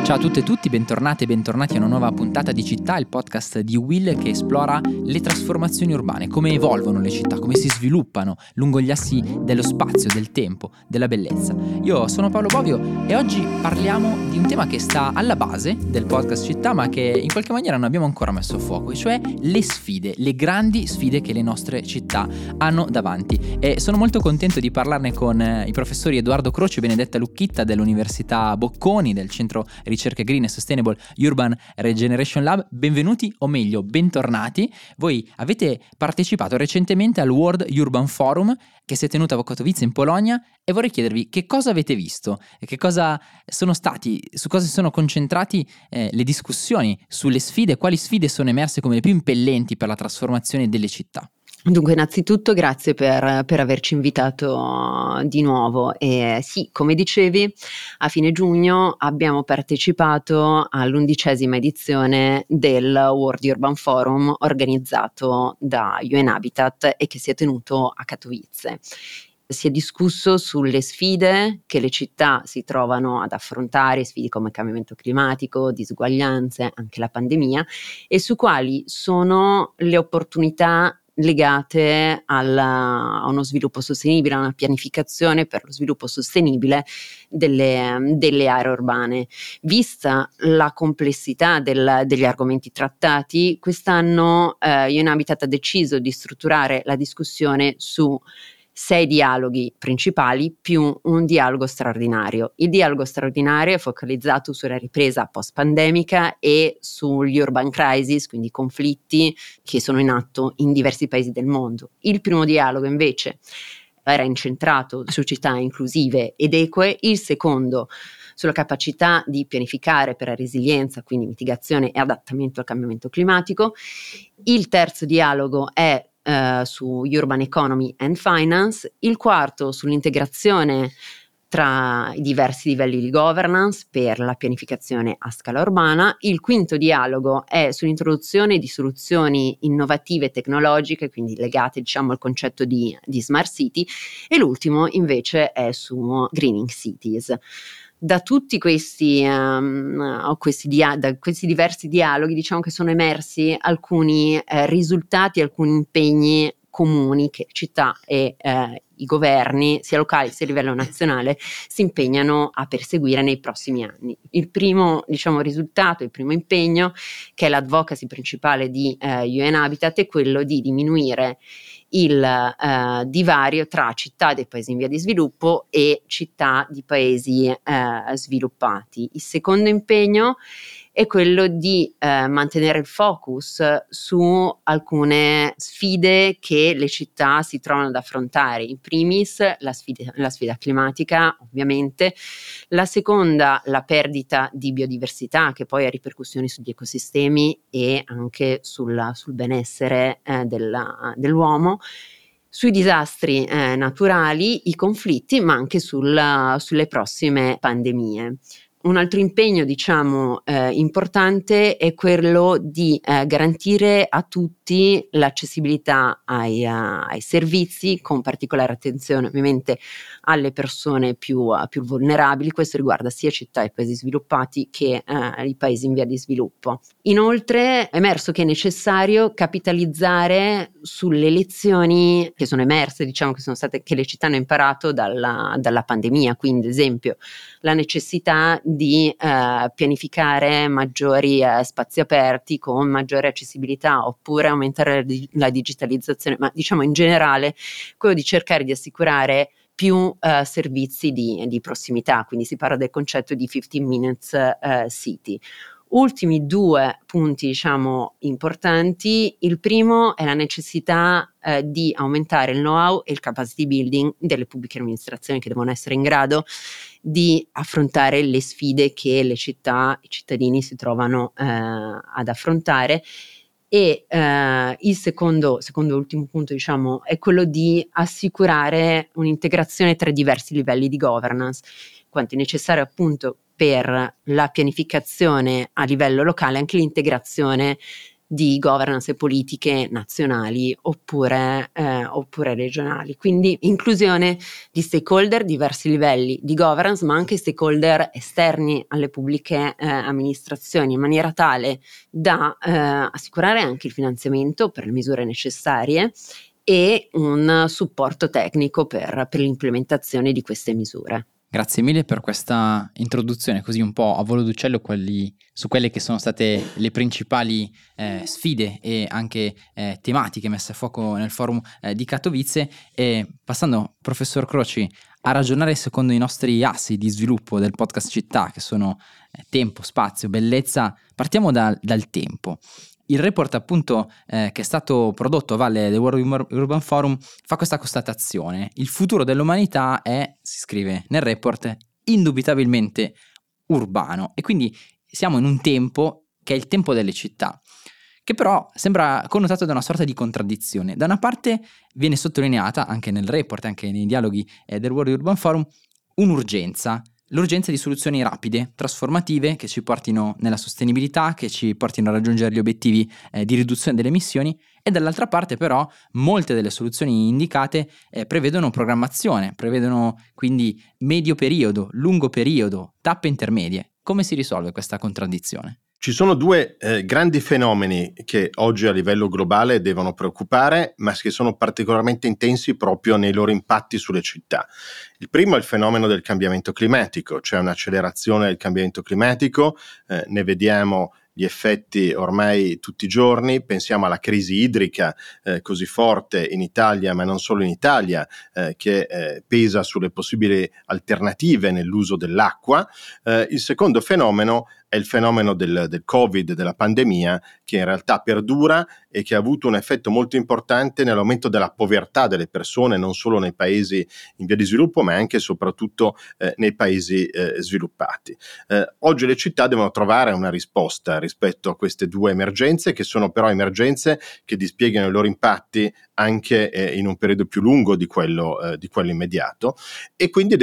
Ciao a tutte e tutti, bentornate e bentornati a una nuova puntata di Città, il podcast di Will che esplora le trasformazioni urbane, come evolvono le città, come si sviluppano lungo gli assi dello spazio, del tempo, della bellezza. Io sono Paolo Bovio e oggi parliamo di un tema che sta alla base del podcast Città, ma che in qualche maniera non abbiamo ancora messo a fuoco, e cioè le sfide, le grandi sfide che le nostre città hanno davanti. E sono molto contento di parlarne con i professori Edoardo Croce e Benedetta Lucchitta dell'Università Bocconi, del Centro Ricerche Green e Sustainable Urban Regeneration Lab. Benvenuti, o meglio bentornati. Voi avete partecipato recentemente al World Urban Forum che si è tenuto a Katowice in Polonia, e vorrei chiedervi che cosa avete visto e che cosa sono stati, su cosa si sono concentrati le discussioni sulle sfide, quali sfide sono emerse come le più impellenti per la trasformazione delle città. Dunque, innanzitutto grazie per averci invitato di nuovo. E sì, come dicevi, a fine giugno abbiamo partecipato all'11ª edizione del World Urban Forum organizzato da UN Habitat e che si è tenuto a Katowice. Si è discusso sulle sfide che le città si trovano ad affrontare, sfide come cambiamento climatico, disuguaglianze, anche la pandemia, e su quali sono le opportunità legate a uno sviluppo sostenibile, a una pianificazione per lo sviluppo sostenibile delle aree urbane. Vista la complessità degli argomenti trattati, quest'anno UN Habitat ha deciso di strutturare la discussione su 6 dialoghi principali più un dialogo straordinario. Il dialogo straordinario è focalizzato sulla ripresa post-pandemica e sugli urban crisis, quindi conflitti che sono in atto in diversi paesi del mondo. Il primo dialogo invece era incentrato su città inclusive ed eque, il secondo sulla capacità di pianificare per la resilienza, quindi mitigazione e adattamento al cambiamento climatico. Il terzo dialogo è su Urban Economy and Finance, il quarto sull'integrazione tra i diversi livelli di governance per la pianificazione a scala urbana, il quinto dialogo è sull'introduzione di soluzioni innovative tecnologiche, quindi legate al concetto di smart city, e l'ultimo invece è su greening cities. Da tutti questi diversi dialoghi che sono emersi alcuni risultati, alcuni impegni comuni che città e i governi, sia locali sia a livello nazionale, si impegnano a perseguire nei prossimi anni. Il primo risultato, il primo impegno, che è l'advocacy principale di UN Habitat, è quello di diminuire il divario tra città dei paesi in via di sviluppo e città di paesi sviluppati. Il secondo impegno è quello di mantenere il focus su alcune sfide che le città si trovano ad affrontare. In primis la sfida climatica, ovviamente; la seconda, la perdita di biodiversità, che poi ha ripercussioni sugli ecosistemi e anche sul benessere dell'uomo; sui disastri naturali, i conflitti, ma anche sulle prossime pandemie. Un altro impegno importante è quello di garantire a tutti l'accessibilità ai servizi, con particolare attenzione ovviamente alle persone più vulnerabili. Questo riguarda sia città e paesi sviluppati che i paesi in via di sviluppo. Inoltre è emerso che è necessario capitalizzare sulle lezioni che sono emerse, che le città hanno imparato dalla pandemia, quindi ad esempio la necessità di pianificare maggiori spazi aperti con maggiore accessibilità, oppure aumentare la digitalizzazione, ma in generale quello di cercare di assicurare più servizi di prossimità, quindi si parla del concetto di 15 minutes city. Ultimi 2 punti importanti: il primo è la necessità di aumentare il know-how e il capacity building delle pubbliche amministrazioni, che devono essere in grado di affrontare le sfide che le città, i cittadini si trovano ad affrontare. E il secondo ultimo punto è quello di assicurare un'integrazione tra i diversi livelli di governance, quanto è necessario appunto per la pianificazione a livello locale, anche l'integrazione di governance e politiche nazionali oppure regionali. Quindi inclusione di stakeholder, diversi livelli di governance, ma anche stakeholder esterni alle pubbliche amministrazioni, in maniera tale da assicurare anche il finanziamento per le misure necessarie e un supporto tecnico per l'implementazione di queste misure. Grazie mille per questa introduzione così un po' a volo d'uccello su quelle che sono state le principali sfide e anche tematiche messe a fuoco nel forum di Katowice. E passando, professor Croci, a ragionare secondo i nostri assi di sviluppo del podcast Città, che sono tempo, spazio, bellezza, partiamo dal tempo. Il report appunto che è stato prodotto a valle del World Urban Forum fa questa constatazione: il futuro dell'umanità è, si scrive nel report, indubitabilmente urbano, e quindi siamo in un tempo che è il tempo delle città, che però sembra connotato da una sorta di contraddizione. Da una parte viene sottolineata anche nel report, anche nei dialoghi del World Urban Forum, l'urgenza di soluzioni rapide, trasformative, che ci portino nella sostenibilità, che ci portino a raggiungere gli obiettivi di riduzione delle emissioni, e dall'altra parte però molte delle soluzioni indicate prevedono programmazione, prevedono quindi medio periodo, lungo periodo, tappe intermedie. Come si risolve questa contraddizione? Ci sono due grandi fenomeni che oggi a livello globale devono preoccupare, ma che sono particolarmente intensi proprio nei loro impatti sulle città. Il primo è il fenomeno del cambiamento climatico, cioè un'accelerazione del cambiamento climatico, ne vediamo gli effetti ormai tutti i giorni. Pensiamo alla crisi idrica così forte in Italia, ma non solo in Italia, che pesa sulle possibili alternative nell'uso dell'acqua. Il secondo fenomeno è il fenomeno del Covid, della pandemia, che in realtà perdura e che ha avuto un effetto molto importante nell'aumento della povertà delle persone, non solo nei paesi in via di sviluppo, ma anche e soprattutto nei paesi sviluppati. Oggi le città devono trovare una risposta rispetto a queste due emergenze, che sono però emergenze che dispiegano i loro impatti anche in un periodo più lungo di quello immediato, e quindi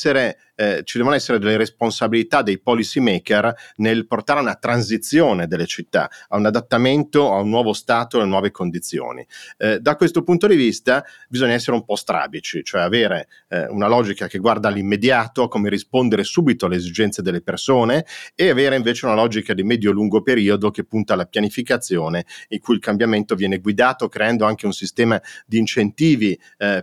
ci devono essere delle responsabilità dei policy maker nel portare a una transizione delle città, a un adattamento a un nuovo stato e a nuove condizioni. Da questo punto di vista bisogna essere un po' strabici, cioè avere una logica che guarda all'immediato, a come rispondere subito alle esigenze delle persone, e avere invece una logica di medio-lungo periodo che punta alla pianificazione, in cui il cambiamento viene guidato creando anche un sistema di incentivi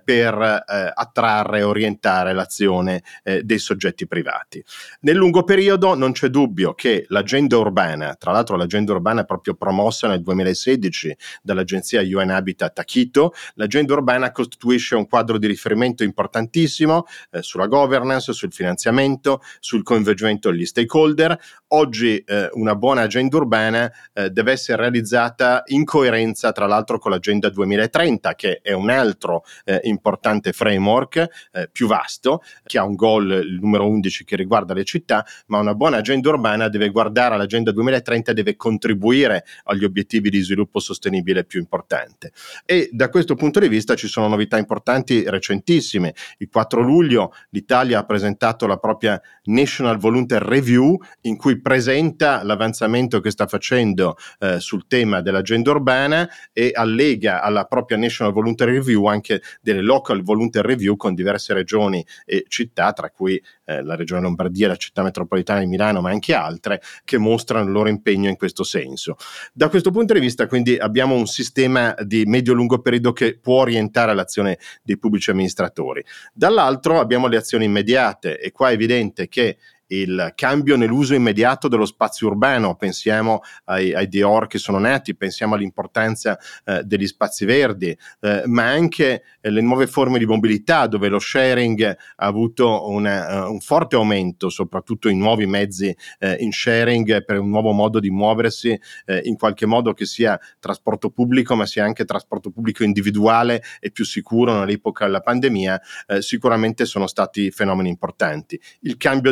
per attrarre e orientare l'azione dei soggetti privati. Nel lungo periodo non c'è dubbio che l'agenda urbana, tra l'altro l'agenda urbana proprio promossa nel 2016 dall'agenzia UN Habitat a Quito, l'agenda urbana costituisce un quadro di riferimento importantissimo sulla governance, sul finanziamento, sul coinvolgimento degli stakeholder. Oggi una buona agenda urbana deve essere realizzata in coerenza tra l'altro con l'agenda 2030, che è un altro importante framework più vasto, che ha un goal, il numero 11, che riguarda le città, ma una buona agenda urbana deve guardare all'agenda 2030 e deve contribuire agli obiettivi di sviluppo sostenibile più importante. E da questo punto di vista ci sono novità importanti recentissime. Il 4 luglio l'Italia ha presentato la propria National Volunteer Review, in cui presenta l'avanzamento che sta facendo sul tema dell'agenda urbana, e allega alla propria National Volunteer Review anche delle Local Volunteer Review con diverse regioni e città, tra cui la regione Lombardia, la città metropolitana di Milano, ma anche altre, che mostrano il loro impegno in questo senso. Da questo punto di vista quindi abbiamo un sistema di medio-lungo periodo che può orientare l'azione dei pubblici amministratori. Dall'altro abbiamo le azioni immediate, e qua è evidente che il cambio nell'uso immediato dello spazio urbano, pensiamo ai Dior che sono nati, pensiamo all'importanza degli spazi verdi, ma anche le nuove forme di mobilità, dove lo sharing ha avuto un forte aumento, soprattutto in nuovi mezzi in sharing, per un nuovo modo di muoversi, in qualche modo che sia trasporto pubblico, ma sia anche trasporto pubblico individuale e più sicuro nell'epoca della pandemia. Sicuramente sono stati fenomeni importanti. Il cambio dei modelli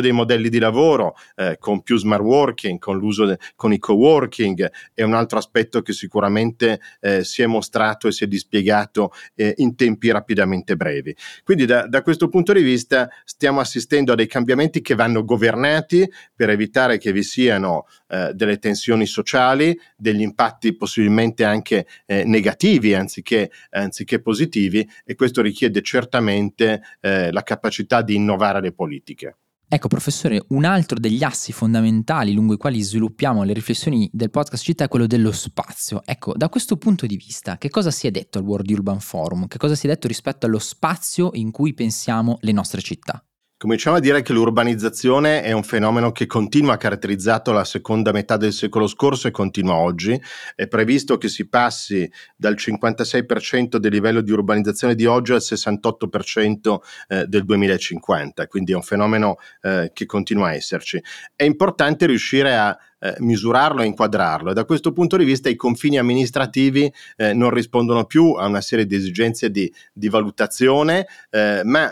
modelli di lavoro, con più smart working, con i coworking, è un altro aspetto che sicuramente si è mostrato e si è dispiegato in tempi rapidamente brevi. Quindi da questo punto di vista stiamo assistendo a dei cambiamenti che vanno governati per evitare che vi siano delle tensioni sociali, degli impatti possibilmente anche negativi anziché positivi, e questo richiede certamente la capacità di innovare le politiche. Ecco, professore, un altro degli assi fondamentali lungo i quali sviluppiamo le riflessioni del podcast Città è quello dello spazio. Ecco, da questo punto di vista, che cosa si è detto al World Urban Forum? Che cosa si è detto rispetto allo spazio in cui pensiamo le nostre città? Cominciamo a dire che l'urbanizzazione è un fenomeno che continua a caratterizzato la seconda metà del secolo scorso e continua oggi. È previsto che si passi dal 56% del livello di urbanizzazione di oggi al 68% del 2050, quindi è un fenomeno che continua a esserci. È importante riuscire a misurarlo e inquadrarlo, e da questo punto di vista i confini amministrativi non rispondono più a una serie di esigenze di valutazione, ma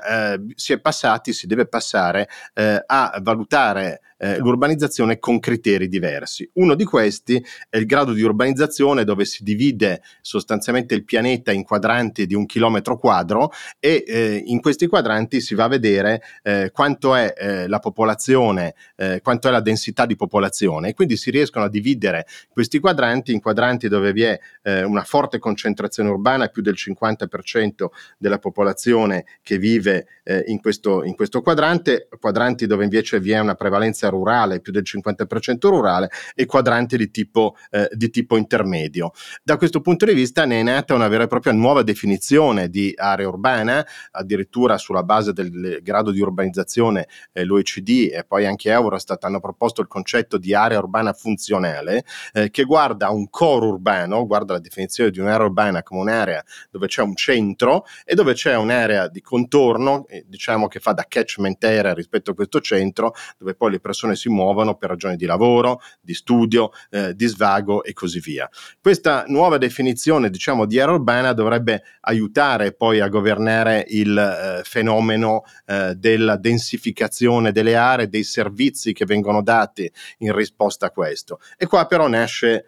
si deve passare a valutare l'urbanizzazione con criteri diversi. Uno di questi è il grado di urbanizzazione, dove si divide sostanzialmente il pianeta in quadranti di 1 chilometro quadro, e in questi quadranti si va a vedere quanto è la popolazione, quanto è la densità di popolazione, e quindi si riescono a dividere questi quadranti in quadranti dove vi è una forte concentrazione urbana, più del 50% della popolazione che vive in questo quadranti dove invece vi è una prevalenza rurale, più del 50% rurale, e quadranti di tipo intermedio. Da questo punto di vista ne è nata una vera e propria nuova definizione di area urbana, addirittura sulla base del grado di urbanizzazione l'OECD e poi anche Eurostat hanno proposto il concetto di area urbana funzionale, che guarda un core urbano, guarda la definizione di un'area urbana come un'area dove c'è un centro e dove c'è un'area di contorno, diciamo che fa da catchment area rispetto a questo centro, dove poi le persone si muovono per ragioni di lavoro, di studio, di svago e così via. Questa nuova definizione, diciamo, di area urbana dovrebbe aiutare poi a governare il fenomeno della densificazione delle aree, dei servizi che vengono dati in risposta a questo. E qua però nasce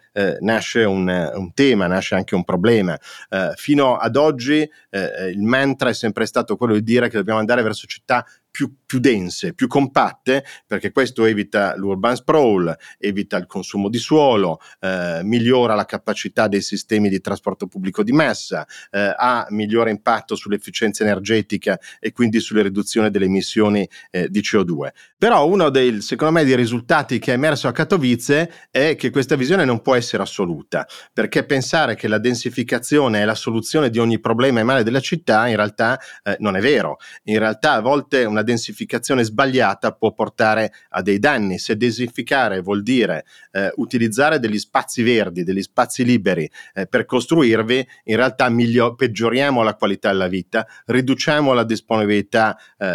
un tema, nasce anche un problema. Fino ad oggi il mantra è sempre stato quello di dire che dobbiamo andare verso città più dense, più compatte, perché questo evita l'urban sprawl, evita il consumo di suolo, migliora la capacità dei sistemi di trasporto pubblico di massa, ha migliore impatto sull'efficienza energetica e quindi sulle riduzioni delle emissioni di CO2. Però uno secondo me, dei risultati che è emerso a Katowice è che questa visione non può essere assoluta, perché pensare che la densificazione è la soluzione di ogni problema e male della città in realtà non è vero. In realtà a volte una densificazione sbagliata può portare a dei danni. Se densificare vuol dire utilizzare degli spazi verdi, degli spazi liberi per costruirvi, in realtà peggioriamo la qualità della vita, riduciamo la disponibilità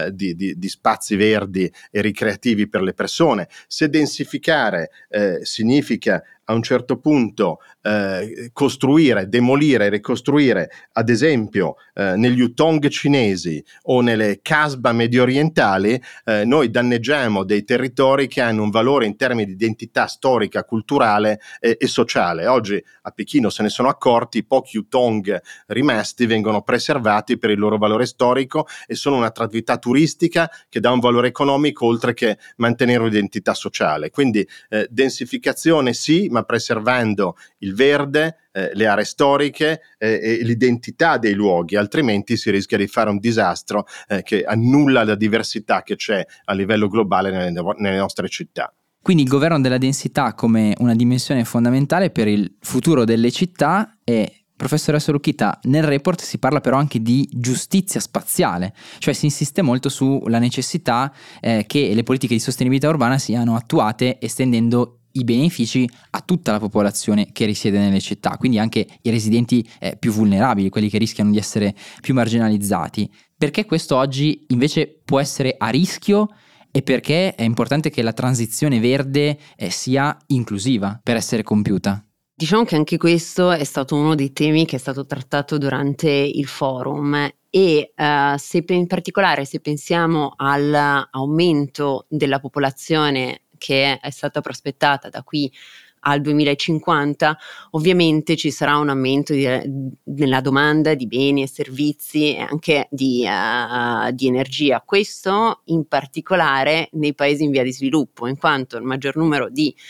di spazi verdi e ricreativi per le persone. Se densificare significa a un certo punto costruire, demolire, ricostruire, ad esempio negli Yutong cinesi o nelle Kasbah medio orientali, noi danneggiamo dei territori che hanno un valore in termini di identità storica, culturale e sociale. Oggi a Pechino se ne sono accorti, i pochi Yutong rimasti vengono preservati per il loro valore storico e sono un'attività turistica che dà un valore economico oltre che mantenere un'identità sociale. Quindi densificazione sì, ma preservando il verde, le aree storiche e l'identità dei luoghi, altrimenti si rischia di fare un disastro che annulla la diversità che c'è a livello globale nelle nostre città. Quindi il governo della densità come una dimensione fondamentale per il futuro delle città. E professoressa Lucchita, nel report si parla però anche di giustizia spaziale, cioè si insiste molto sulla necessità che le politiche di sostenibilità urbana siano attuate estendendo i benefici a tutta la popolazione che risiede nelle città, quindi anche i residenti più vulnerabili, quelli che rischiano di essere più marginalizzati. Perché questo oggi invece può essere a rischio e perché è importante che la transizione verde sia inclusiva per essere compiuta? Diciamo che anche questo è stato uno dei temi che è stato trattato durante il forum e in particolare se pensiamo all'aumento della popolazione che è stata prospettata da qui al 2050, ovviamente ci sarà un aumento nella domanda di beni e servizi e anche di energia. Questo in particolare nei paesi in via di sviluppo, in quanto il maggior numero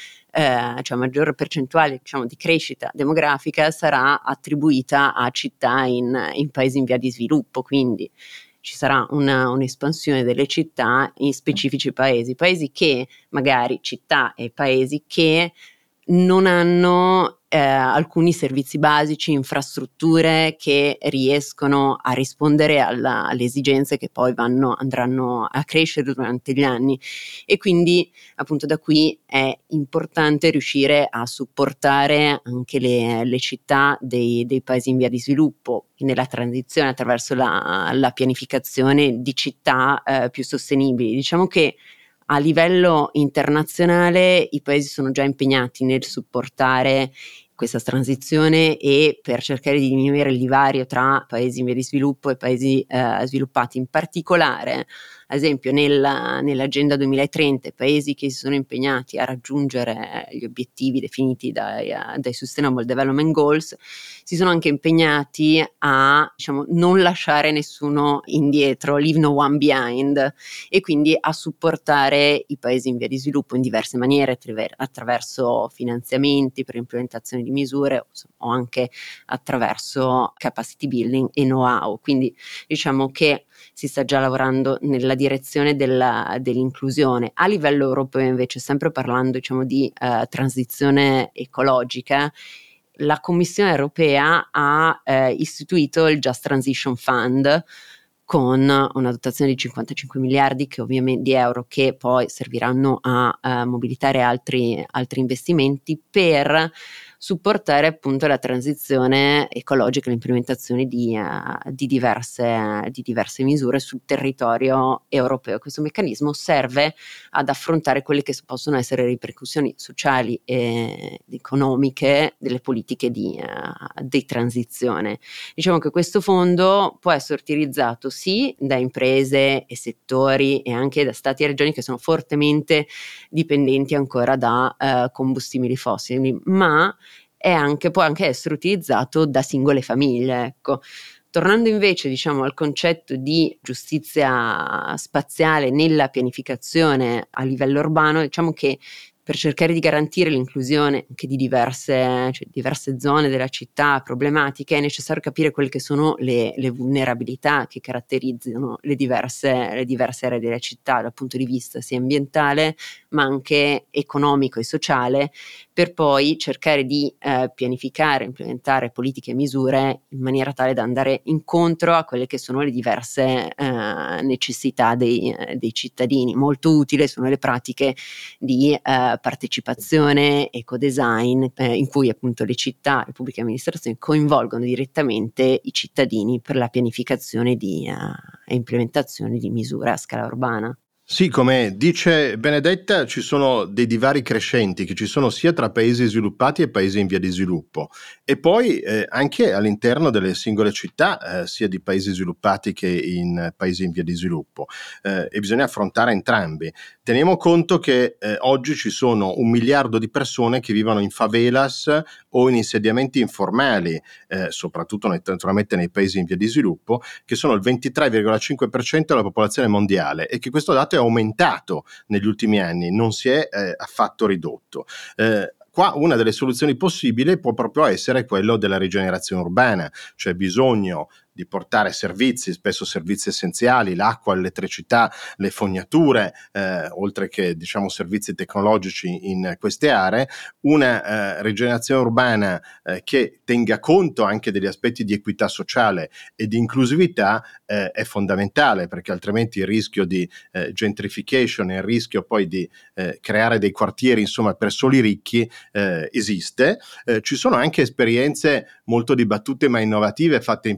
cioè maggior percentuale, diciamo, di crescita demografica sarà attribuita a città in paesi in via di sviluppo, quindi ci sarà un'espansione delle città in specifici paesi che magari città e paesi che non hanno alcuni servizi basici, infrastrutture che riescono a rispondere alle esigenze che poi andranno a crescere durante gli anni, e quindi appunto da qui è importante riuscire a supportare anche le città dei paesi in via di sviluppo nella transizione attraverso la pianificazione di città più sostenibili. Diciamo che a livello internazionale i paesi sono già impegnati nel supportare questa transizione e per cercare di diminuire il divario tra paesi in via di sviluppo e paesi sviluppati. In particolare, ad esempio nell'Agenda 2030, i paesi che si sono impegnati a raggiungere gli obiettivi definiti dai Sustainable Development Goals si sono anche impegnati a, diciamo, non lasciare nessuno indietro, leave no one behind, e quindi a supportare i paesi in via di sviluppo in diverse maniere, attraverso finanziamenti per implementazione di misure o anche attraverso capacity building e know-how. Quindi diciamo che si sta già lavorando nella direzione dell'inclusione. A livello europeo invece, sempre parlando, diciamo, di transizione ecologica, la Commissione europea ha istituito il Just Transition Fund con una dotazione di 55 miliardi di euro che poi serviranno a mobilitare altri investimenti per supportare appunto la transizione ecologica e l'implementazione di diverse misure sul territorio europeo. Questo meccanismo serve ad affrontare quelle che possono essere ripercussioni sociali e economiche delle politiche di transizione. Diciamo che questo fondo può essere utilizzato sì da imprese e settori e anche da stati e regioni che sono fortemente dipendenti ancora da combustibili fossili, ma può anche essere utilizzato da singole famiglie, ecco. Tornando invece, diciamo, al concetto di giustizia spaziale nella pianificazione a livello urbano, diciamo che per cercare di garantire l'inclusione anche di diverse zone della città problematiche è necessario capire quelle che sono le vulnerabilità che caratterizzano le diverse aree della città dal punto di vista sia ambientale ma anche economico e sociale, per poi cercare di pianificare, implementare politiche e misure in maniera tale da andare incontro a quelle che sono le diverse necessità dei cittadini. Molto utile sono le pratiche di partecipazione, ecodesign, in cui appunto le città, le pubbliche amministrazioni coinvolgono direttamente i cittadini per la pianificazione e implementazione di misure a scala urbana. Sì, come dice Benedetta, ci sono dei divari crescenti che ci sono sia tra paesi sviluppati e paesi in via di sviluppo, e poi anche all'interno delle singole città, sia di paesi sviluppati che in paesi in via di sviluppo, e bisogna affrontare entrambi. Teniamo conto che oggi ci sono 1 miliardo di persone che vivono in favelas o in insediamenti informali, soprattutto naturalmente nei paesi in via di sviluppo, che sono il 23,5% della popolazione mondiale, e che questo dato è aumentato negli ultimi anni, non si è affatto ridotto. Qua una delle soluzioni possibili può proprio essere quello della rigenerazione urbana, cioè bisogno di portare servizi, spesso servizi essenziali, l'acqua, l'elettricità, le fognature, oltre che diciamo servizi tecnologici in queste aree, una rigenerazione urbana che tenga conto anche degli aspetti di equità sociale e di inclusività è fondamentale, perché altrimenti il rischio di gentrification e il rischio poi di creare dei quartieri insomma per soli ricchi esiste. Ci sono anche esperienze molto dibattute ma innovative fatte in paesi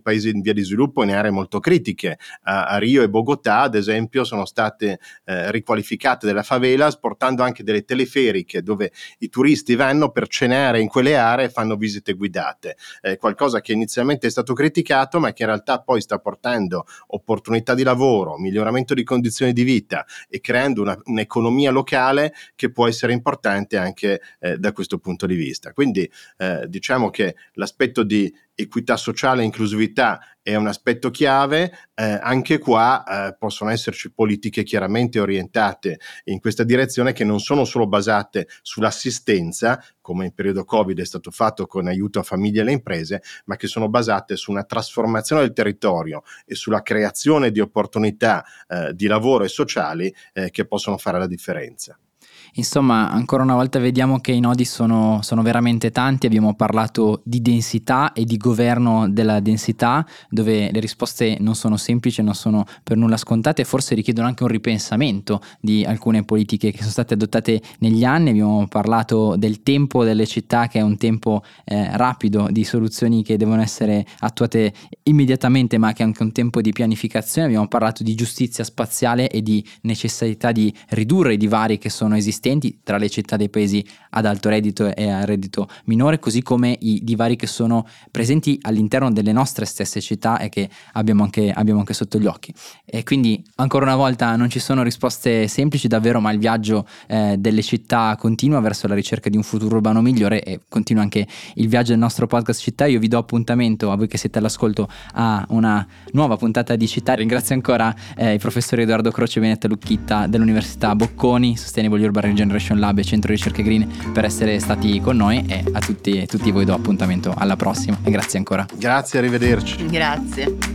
via di sviluppo in aree molto critiche. A Rio e Bogotà, ad esempio, sono state riqualificate delle favelas, portando anche delle teleferiche dove i turisti vanno per cenare in quelle aree e fanno visite guidate. Qualcosa che inizialmente è stato criticato, ma che in realtà poi sta portando opportunità di lavoro, miglioramento di condizioni di vita e creando un'economia locale che può essere importante anche da questo punto di vista. Quindi diciamo che l'aspetto di equità sociale e inclusività è un aspetto chiave. Anche qua possono esserci politiche chiaramente orientate in questa direzione, che non sono solo basate sull'assistenza, come in periodo Covid è stato fatto con aiuto a famiglie e le imprese, ma che sono basate su una trasformazione del territorio e sulla creazione di opportunità di lavoro e sociali che possono fare la differenza. Insomma, ancora una volta vediamo che i nodi sono veramente tanti. Abbiamo parlato di densità e di governo della densità, dove le risposte non sono semplici, non sono per nulla scontate e forse richiedono anche un ripensamento di alcune politiche che sono state adottate negli anni. Abbiamo parlato del tempo delle città, che è un tempo rapido di soluzioni che devono essere attuate immediatamente, ma che è anche un tempo di pianificazione. Abbiamo parlato di giustizia spaziale e di necessità di ridurre i divari che sono esistenti tra le città dei paesi ad alto reddito e a reddito minore, così come i divari che sono presenti all'interno delle nostre stesse città e che abbiamo anche sotto gli occhi. E quindi ancora una volta non ci sono risposte semplici davvero, ma il viaggio delle città continua verso la ricerca di un futuro urbano migliore, e continua anche il viaggio del nostro podcast Città. Io vi do appuntamento, a voi che siete all'ascolto, a una nuova puntata di Città. Ringrazio ancora il professor Edoardo Croce e Benedetta Lucchitta dell'Università Bocconi, Sustainable Urban Regeneration Lab e Centro Ricerche Green, per essere stati con noi, e a tutti voi do appuntamento alla prossima e grazie ancora. Grazie, arrivederci. Grazie.